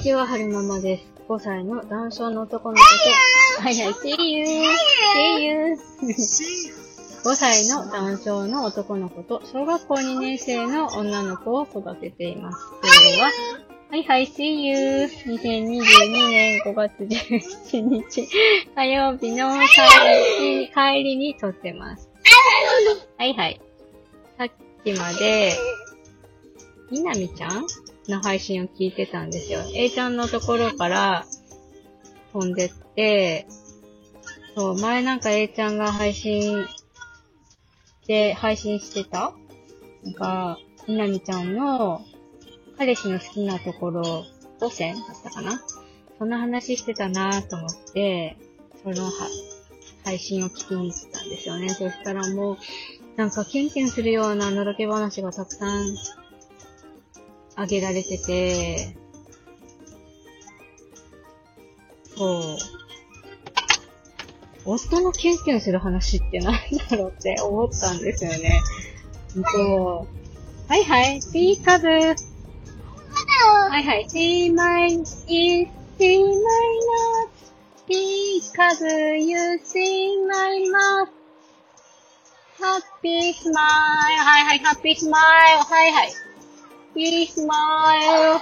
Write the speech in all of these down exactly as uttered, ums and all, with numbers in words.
ちは、はるままです。ごさいの男性の男の子と、はいはい、see you, see you. ごさいの男性の男の子と、小学校にねん生の女の子を育てています。それでは、はいはい、see you. にせんにじゅうにねんごがつじゅうしちにち、火曜日の帰りに、帰りに撮ってます。はいはい。さっきまで、みなみちゃんの配信を聞いてたんですよ。A ちゃんのところから飛んでって、そう、前なんか A ちゃんが配信で、配信してたなんか、みなみちゃんの彼氏の好きなところごせんだったかな、そんな話してたなぁと思って、そのは配信を聞きに行ったんですよね。そしたらもう、なんかキュンキュンするようなのろけ話がたくさんあげられてて、そう。夫のキュンキュンする話って何だろうって思ったんですよね。そう。はいはい、see カズ。はいはい、see my, see my mouth. See カズ, you see my mouth.Happy smile. はいはい、happy smile. はいはい。happy smile.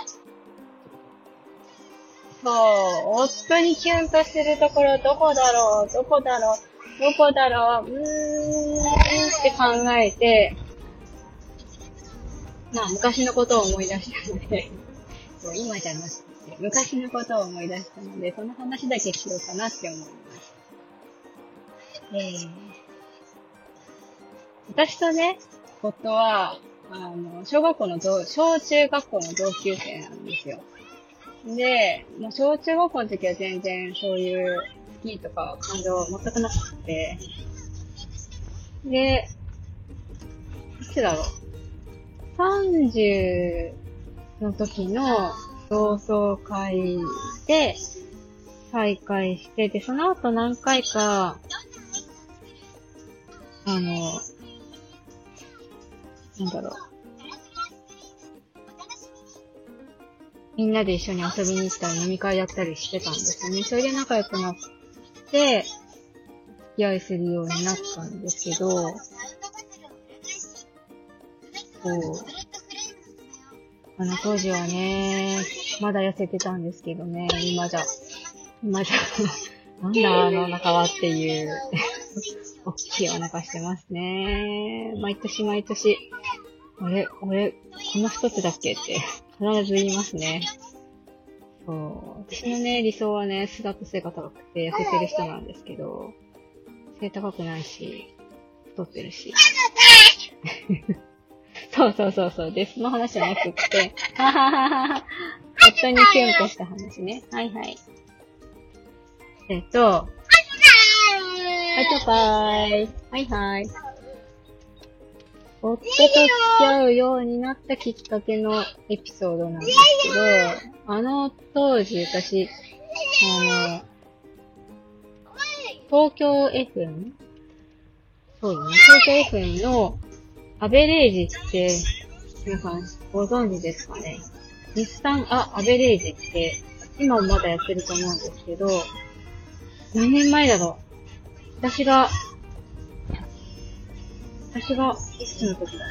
そう、夫にキュンとするところどこだろうどこだろうどこだろううーんって考えて、まあ昔のことを思い出したので、そう今じゃなくて昔のことを思い出したので、その話だけしようかなって思います。えー、私とね、夫は、あの、小学校の同、小中学校の同級生なんですよ。で、もう小中学校の時は全然そういう好きとか感情全くなくて、で、いつだろう。さんじゅうの時の同窓会で再会して、で、その後何回か、あの、なんだろう。みんなで一緒に遊びに行ったり飲み会やったりしてたんですよね。それで仲良くなって、付き合いするようになったんですけど、そう。あの当時はね、まだ痩せてたんですけどね、今じゃ、今じゃ、なんだあのお腹はっていう、大きいお腹してますね。毎年毎年、あれ、俺、この一つだっけって必ず言いますね。そう。私のね、理想はね、すごく背が高くて痩せてる人なんですけど、背高くないし、太ってるし。そうそうそうそう。で、その話じゃなくって、ははははは。夫にキュンとした話ね。はいはい。えっと、はい、乾杯。はいはい。夫と付き合うようになったきっかけのエピソードなんですけど、あの当時私、あの、東京 エフエム? そうだね。東京 エフエム のアベレージって、皆さんご存知ですかね。日産あ、アベレージって、今もまだやってると思うんですけど、何年前だろう。私が、私が、いつの時だ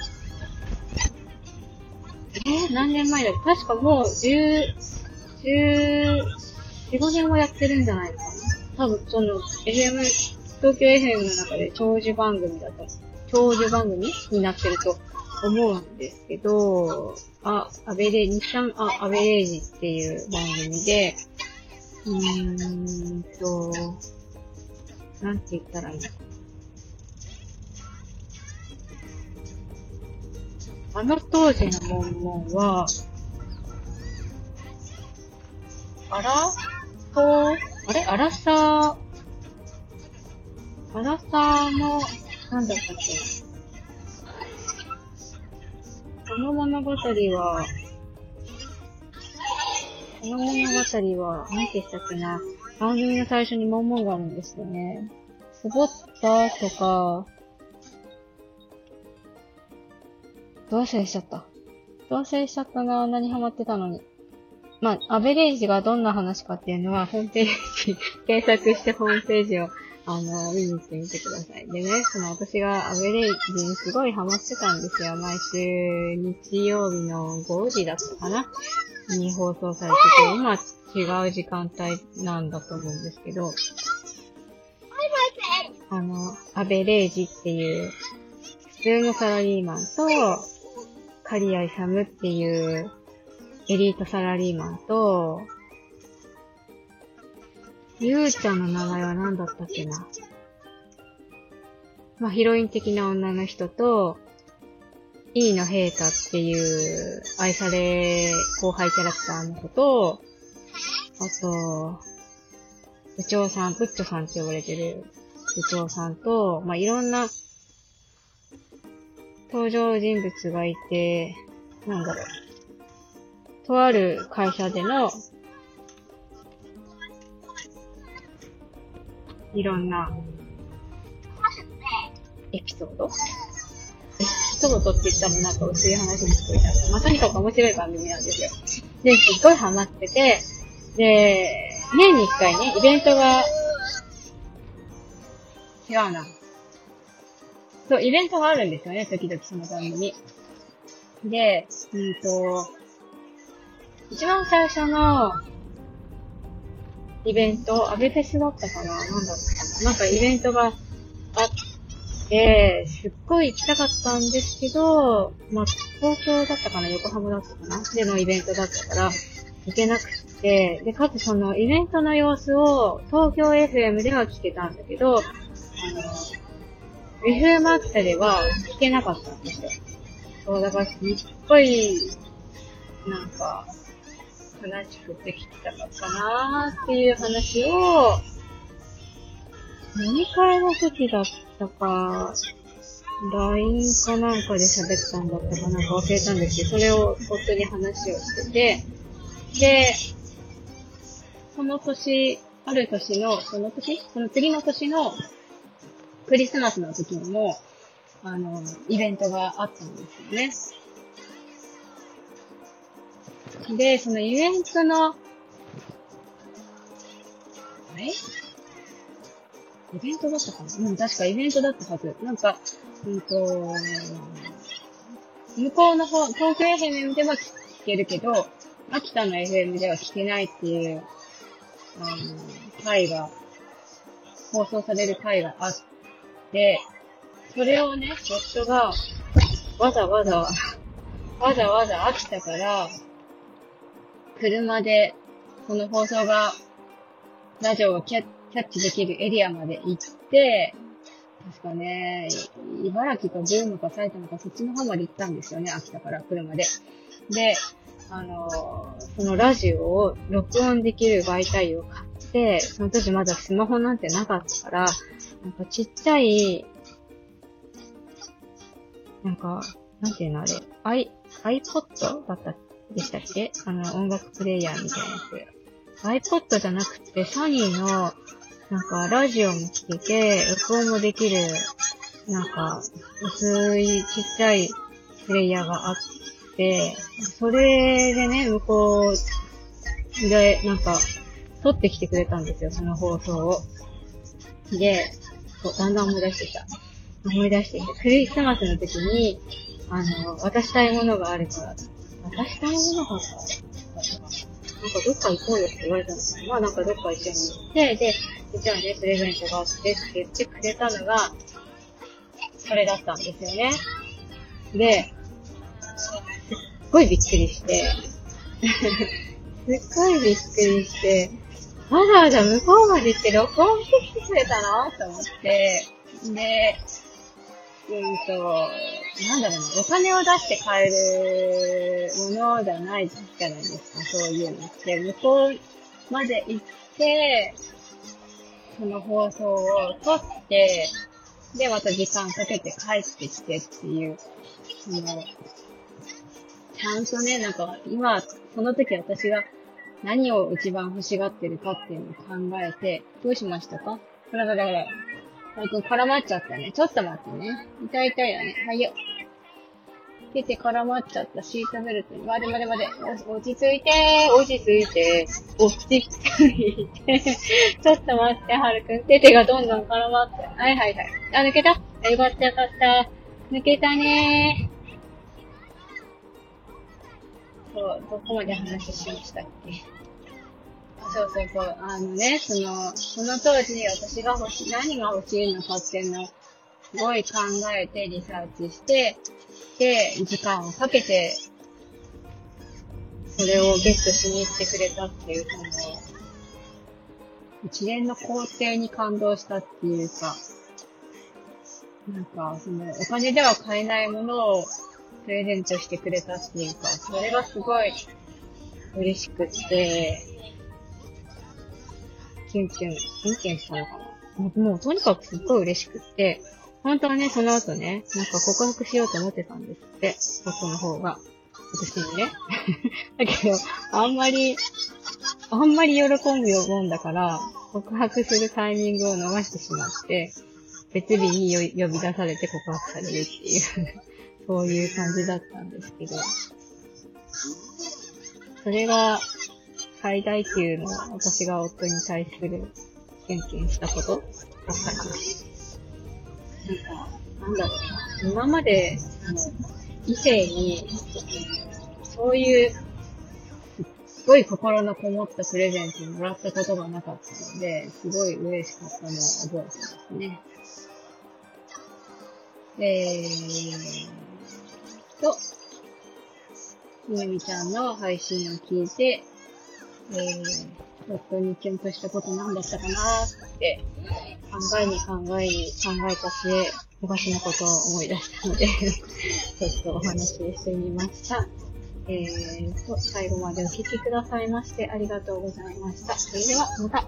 えー、何年前だろう。確かもう、じゅう、じゅう、よん、ごねんはやってるんじゃないかな。多分、その、エフエム、東京 エフエム の中で長寿番組だと、長寿番組になってると思うんですけど、あ、アベレージ、日産あ、アベレージっていう番組で、うーんと、なんて言ったらいいのか。あの当時のモンモンは、アラと、あれアラサー、アラサーの、なんだったっけこの物語は、この物語は、何て言ったっけな、番組の最初にモンモンがあるんですよね。サボったとか、どう忘れしちゃった。どう忘れしちゃったな、何ハマってたのに。 まあ、アベレージがどんな話かっていうのは、ホームページ、検索してホームページを、あの、見に行ってみてください。でね、その私がアベレージにすごいハマってたんですよ。毎週日曜日のごじだったかなに放送されてて、今違う時間帯なんだと思うんですけど、あの、アベレージっていう、普通のサラリーマンと、カリアイサムっていうエリートサラリーマンと、ゆうちゃんの名前は何だったっけな。まあ、ヒロイン的な女の人と、イーノヘイタっていう愛され後輩キャラクターの子と、あと、部長さん、ブッチョさんって呼ばれてる部長さんと、まあ、いろんな登場人物がいて、なんだろう。とある会社での、いろんな、エピソードエピソードって言ったらなんか薄い話に聞こえた。まあ、とにかく面白い番組なんですよ。で、すっごいハマってて、で、年に一回ね、イベントが、違うな。そう、イベントがあるんですよね、時々その番組。で、うんと、一番最初のイベント、アベフェスだったかななんだったかななんかイベントがあって、すっごい行きたかったんですけど、まあ、東京だったかな横浜だったかなでのイベントだったから、行けなくて、で、かつそのイベントの様子を東京 エフエム では聞けたんだけど、あの、エフエム 秋田では聞けなかったんですよ。そう、だからすっごい、なんか、悲しくて聞きたかったなーっていう話を、飲み会の時だったか、ライン かなんかで喋ったんだったかなんか忘れたんですけど、それを夫に話をしてて、で、その年、ある年の、その年その次の年のクリスマスの時にも、あの、イベントがあったんですよね。で、そのイベントの、あれイベントだったかなうん、確かイベントだったはず。なんか、うんと、向こうの方、東京 エフエム では聞けるけど、秋田の エフエム では聞けないっていう、あの、回が、放送される回があって、それをね、夫が、わざわざ、わざわざ秋田から、車で、その放送が、ラジオがキャキャッチできるエリアまで行って、確かね、茨城か群馬か埼玉かそっちの方まで行ったんですよね、秋田から車で。で、あの、そのラジオを録音できる媒体を買って、その時まだスマホなんてなかったから、なんかちっちゃい、なんか、なんていうのあれ、i、iPod だったでしたっけあの、音楽プレイヤーみたいなやつ。iPod じゃなくて、ソニーの、なんか、ラジオもつけて、録音もできる、なんか、薄いちっちゃいプレイヤーがあって、それでね、向こうで、なんか、撮ってきてくれたんですよ、その放送を。で、そうだんだん思い出してきた。思い出してきて、クリスマスの時に、あの、渡したいものがあるから、渡したいものがあるから、なんかどっか行こうよって言われたのかな。まあなんかどっか一緒に行って、で、実はね、プレゼントがあってって言ってくれたのが、それだったんですよね。で、すっごいびっくりして、すっごいびっくりして、わざわざ向こうまで行って録音してきてくれたのと思って、で、うんと、なんだろうな、お金を出して買えるものじゃないじゃないですか、そういうのって。向こうまで行って、その放送を撮って、で、また時間かけて帰ってきてっていう、その、ちゃんとね、なんか、今、その時私が何を一番欲しがってるかっていうのを考えて、どうしましたか？ほらほらほら。ほんと絡まっちゃったね。ちょっと待ってね。痛い痛いよね。はいよ。 出て絡まっちゃったシートベルトに。待て待て待て。落ち着いて、落ち着いて、落ち着いて。ちょっと待って、はるくん。手手がどんどん絡まって。はいはいはい。あ、抜けた？あ、よかったよかった。抜けたねー。そう、どこまで話しましたっけ？そうそうそう。あのね、その、その当時私が欲しい、何が欲しいのかっていうのを、すごい考えてリサーチして、で、時間をかけて、それをゲットしに行ってくれたっていう、その、一連の工程に感動したっていうか、なんか、その、お金では買えないものをプレゼントしてくれたっていうか、それがすごい嬉しくって、キュンキュン、キュンキュンしたのかな。もう、もうとにかくすっごい嬉しくって、本当はね、その後ね、なんか告白しようと思ってたんですって、僕の方が。私にね。だけど、あんまり、あんまり喜ぶもんだから、告白するタイミングを逃してしまって、別日に呼び出されて告白されるっていう、そういう感じだったんですけど、それが最大級の私が夫に対するキュンキュンしたことだったかもしれない。なんか、なんだろうな。今まで、あの、異性に、そういう、すごい心のこもったプレゼントをもらったことがなかったので、すごい嬉しかったのを覚えてますね。えーと、みなみちゃんの配信を聞いて、えー、夫にキュンとしたことなんだったかなーって、考えに考えに考えた末、昔のことを思い出したので、ちょっとお話ししてみました。えーと、最後までお聞きくださいましてありがとうございました。それではまた。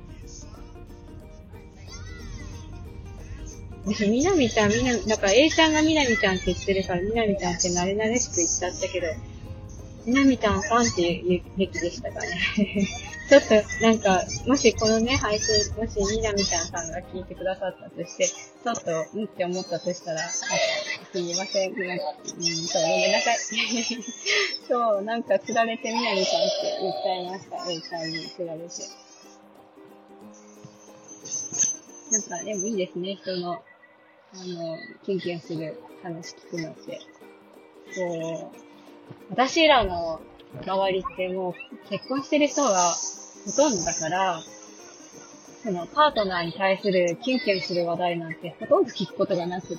みなみちゃん、みな、なんか A ちゃんがみなみちゃんって言ってるから、みなみちゃんって慣れ慣れしく言っちゃったけど、みなみちゃんさんっていうべきでしたかね。ちょっと、なんか、もしこのね、配信、もしみなみちゃんさんが聞いてくださったとして、ちょっと、うんって思ったとしたら、すみません。なんか、うん、そう、ごめんなさい。そう、なんか、釣られてみなみちゃんって言っちゃいました。A ちゃんに釣られて。なんか、でもいいですね、人の、あの、キュンキュンする話聞くのって。こう、私らの周りってもう結婚してる人がほとんどだから、そのパートナーに対するキュンキュンする話題なんてほとんど聞くことがなくって、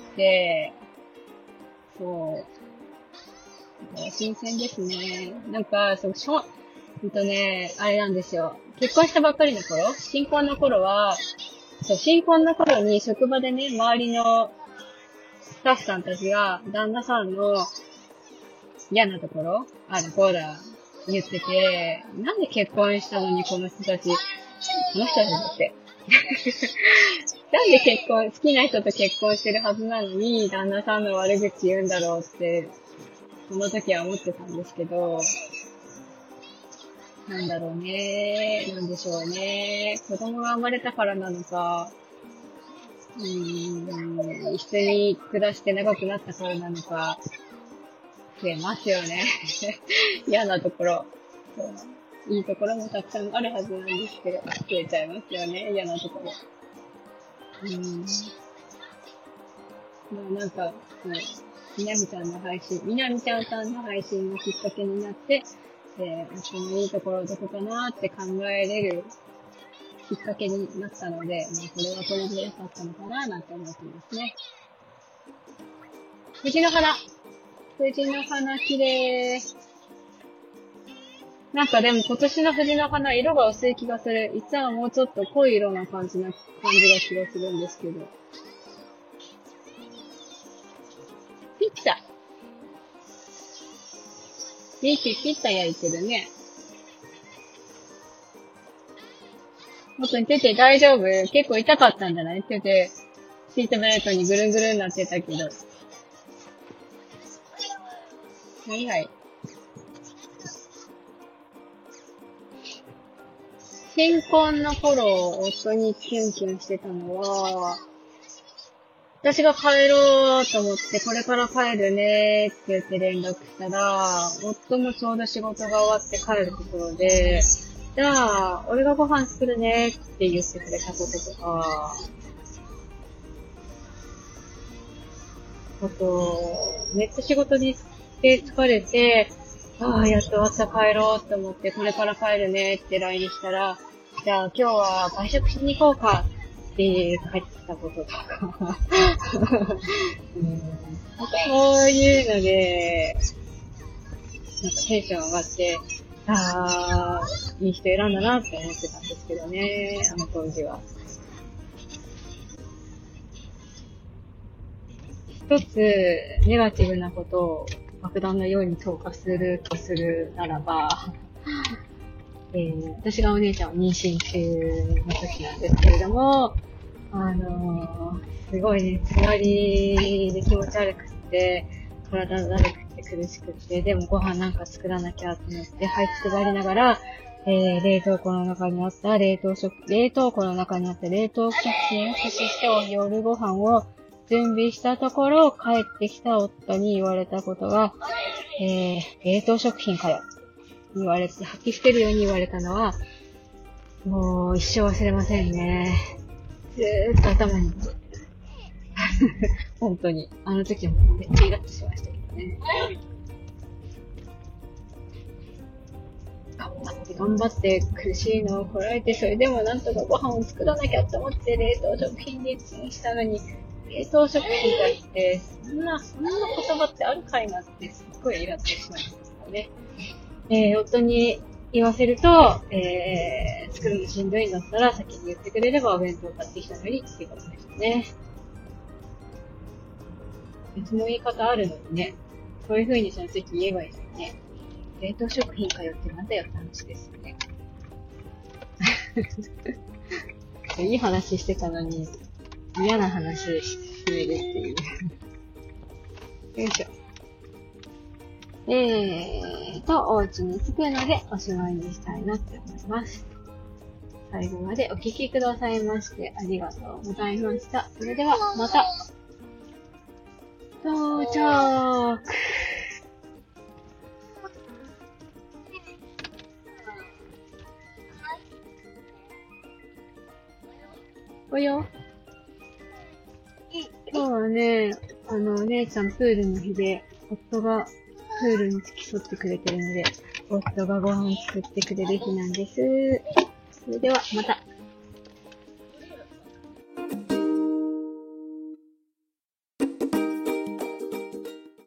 そう、新鮮ですね。なんか、そう、しょ、ほんとね、あれなんですよ。結婚したばっかりの頃、新婚の頃は、そう、新婚の頃に職場でね、周りのスタッフさんたちが旦那さんの嫌なところあるこうだ言ってて、なんで結婚したのにこの人たち、この人たちだって。なんで結婚、好きな人と結婚してるはずなのに、旦那さんの悪口言うんだろうって、その時は思ってたんですけど、なんだろうね、なんでしょうね。子供が生まれたからなのか、うーん、一緒に暮らして長くなったからなのか、増えますよね。嫌なところ。いいところもたくさんあるはずなんですけど、増えちゃいますよね、嫌なところ。うーん。まあなんか、みなみちゃんの配信、みなみちゃんさんの配信のきっかけになって、えー、このいいところどこかなって考えれるきっかけになったので、まあこれはこれで良かったのかななんて思ってますね。藤の花。藤の花綺麗。なんかでも今年の藤の花色が薄い気がする。いつももうちょっと濃い色な感じな感じが気がするんですけど。ピッツァ。ミーピピッツァ焼いてるね。本当に手手大丈夫？結構痛かったんじゃない？手手、シートベルトにぐるんぐるんなってたけど。はいはい。新婚の頃、夫にキュンキュンしてたのは、 私が帰ろうと思って、これから帰るねーって言って連絡したら、夫もちょうど仕事が終わって帰るところで、じゃあ、俺がご飯作るねって言ってくれたこととか、あと、めっちゃ仕事にして疲れて、ああ、やっと朝帰ろうと思って、これから帰るねって ライン したら、じゃあ今日は外食しに行こうかって帰ってきたこととか。うん、そういうので、なんかテンション上がって、ああ、いい人選んだなって思ってたんですけどね、あの当時は。一つ、ネガティブなことを爆弾のように投下するとするならば、えー、私がお姉ちゃんを妊娠中の時なんですけれども、あのー、すごいね、つわりで気持ち悪くって、体だるくて苦しくって、でもご飯なんか作らなきゃと思って、這いつくばりながら、えー、冷凍庫の中にあった冷凍食、冷凍庫の中にあった冷凍キッチンを駆使して夜ご飯を準備したところ、帰ってきた夫に言われたことが、えー、冷凍食品かよ。言われて、吐き捨てるように言われたのは、もう一生忘れませんね。ずーっと頭に残ってる。本当に。あの時もめっちゃイラッとしましたけどね。頑張って頑張って苦しいのをこらえて、それでもなんとかご飯を作らなきゃと思って冷凍食品にしたのに、冷凍食品だって、そんな、そんな言葉ってあるかいなってすっごいイラッとしましたね。えー、夫に言わせると、えー、作るのしんどいんだったら先に言ってくれればお弁当買ってきたのにっていうことですね。別の言い方あるのにね、そういう風にその時言えばいいのにね。冷凍食品かよってなんだよって話ですよね。いい話してたのに、嫌な話で締めるっていう。よいしょ。えーと、お家に着くのでおしまいにしたいなって思います。最後までお聞きくださいましてありがとうございました。それではまた。到着。およ。今日はね、あの、お姉ちゃんプールの日で、夫がプールに付き添ってくれてるので、夫がご飯作ってくれる日なんです。それでは、また。